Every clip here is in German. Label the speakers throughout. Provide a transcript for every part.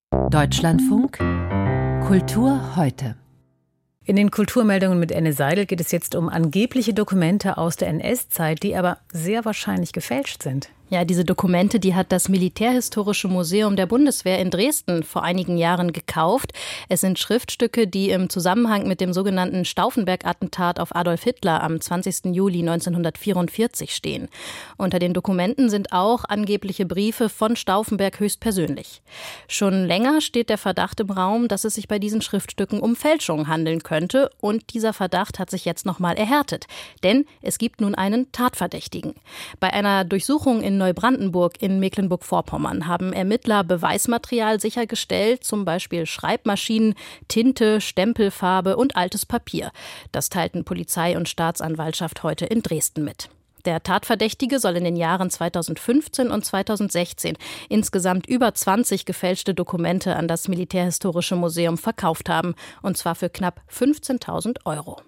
Speaker 1: Deutschlandfunk Kultur heute.
Speaker 2: In den Kulturmeldungen mit Enne Seidel geht es jetzt um angebliche Dokumente aus der NS-Zeit, die aber sehr wahrscheinlich gefälscht sind.
Speaker 3: Ja, diese Dokumente, die hat das Militärhistorische Museum der Bundeswehr in Dresden vor einigen Jahren gekauft. Es sind Schriftstücke, die im Zusammenhang mit dem sogenannten Stauffenberg-Attentat auf Adolf Hitler am 20. Juli 1944 stehen. Unter den Dokumenten sind auch angebliche Briefe von Stauffenberg höchstpersönlich. Schon länger steht der Verdacht im Raum, dass es sich bei diesen Schriftstücken um Fälschungen handeln könnte. Und dieser Verdacht hat sich jetzt nochmal erhärtet. Denn es gibt nun einen Tatverdächtigen. Bei einer Durchsuchung in Neubrandenburg in Mecklenburg-Vorpommern haben Ermittler Beweismaterial sichergestellt, zum Beispiel Schreibmaschinen, Tinte, Stempelfarbe und altes Papier. Das teilten Polizei und Staatsanwaltschaft heute in Dresden mit. Der Tatverdächtige soll in den Jahren 2015 und 2016 insgesamt über 20 gefälschte Dokumente an das Militärhistorische Museum verkauft haben, und zwar für knapp 15.000 €.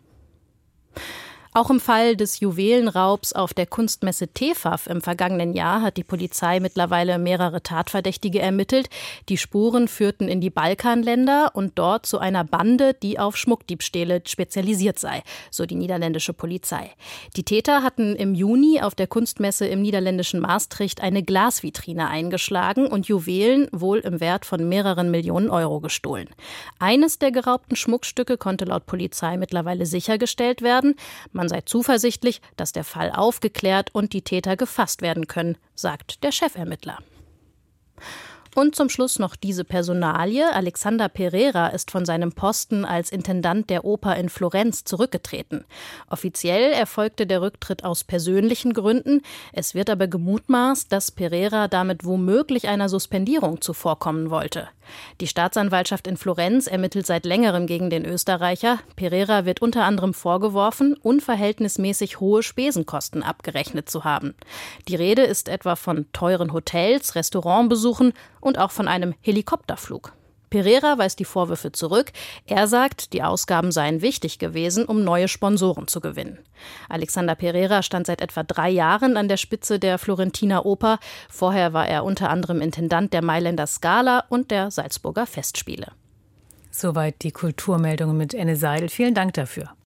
Speaker 3: Auch im Fall des Juwelenraubs auf der Kunstmesse TEFAF im vergangenen Jahr hat die Polizei mittlerweile mehrere Tatverdächtige ermittelt. Die Spuren führten in die Balkanländer und dort zu einer Bande, die auf Schmuckdiebstähle spezialisiert sei, so die niederländische Polizei. Die Täter hatten im Juni auf der Kunstmesse im niederländischen Maastricht eine Glasvitrine eingeschlagen und Juwelen wohl im Wert von mehreren Millionen Euro gestohlen. Eines der geraubten Schmuckstücke konnte laut Polizei mittlerweile sichergestellt werden. Man sei zuversichtlich, dass der Fall aufgeklärt und die Täter gefasst werden können, sagt der Chefermittler. Und zum Schluss noch diese Personalie. Alexander Pereira ist von seinem Posten als Intendant der Oper in Florenz zurückgetreten. Offiziell erfolgte der Rücktritt aus persönlichen Gründen. Es wird aber gemutmaßt, dass Pereira damit womöglich einer Suspendierung zuvorkommen wollte. Die Staatsanwaltschaft in Florenz ermittelt seit längerem gegen den Österreicher. Pereira wird unter anderem vorgeworfen, unverhältnismäßig hohe Spesenkosten abgerechnet zu haben. Die Rede ist etwa von teuren Hotels, Restaurantbesuchen und auch von einem Helikopterflug. Pereira weist die Vorwürfe zurück. Er sagt, die Ausgaben seien wichtig gewesen, um neue Sponsoren zu gewinnen. Alexander Pereira stand seit etwa 3 Jahren an der Spitze der Florentiner Oper. Vorher war er unter anderem Intendant der Mailänder Scala und der Salzburger Festspiele.
Speaker 2: Soweit die Kulturmeldungen mit Enne Seidel. Vielen Dank dafür.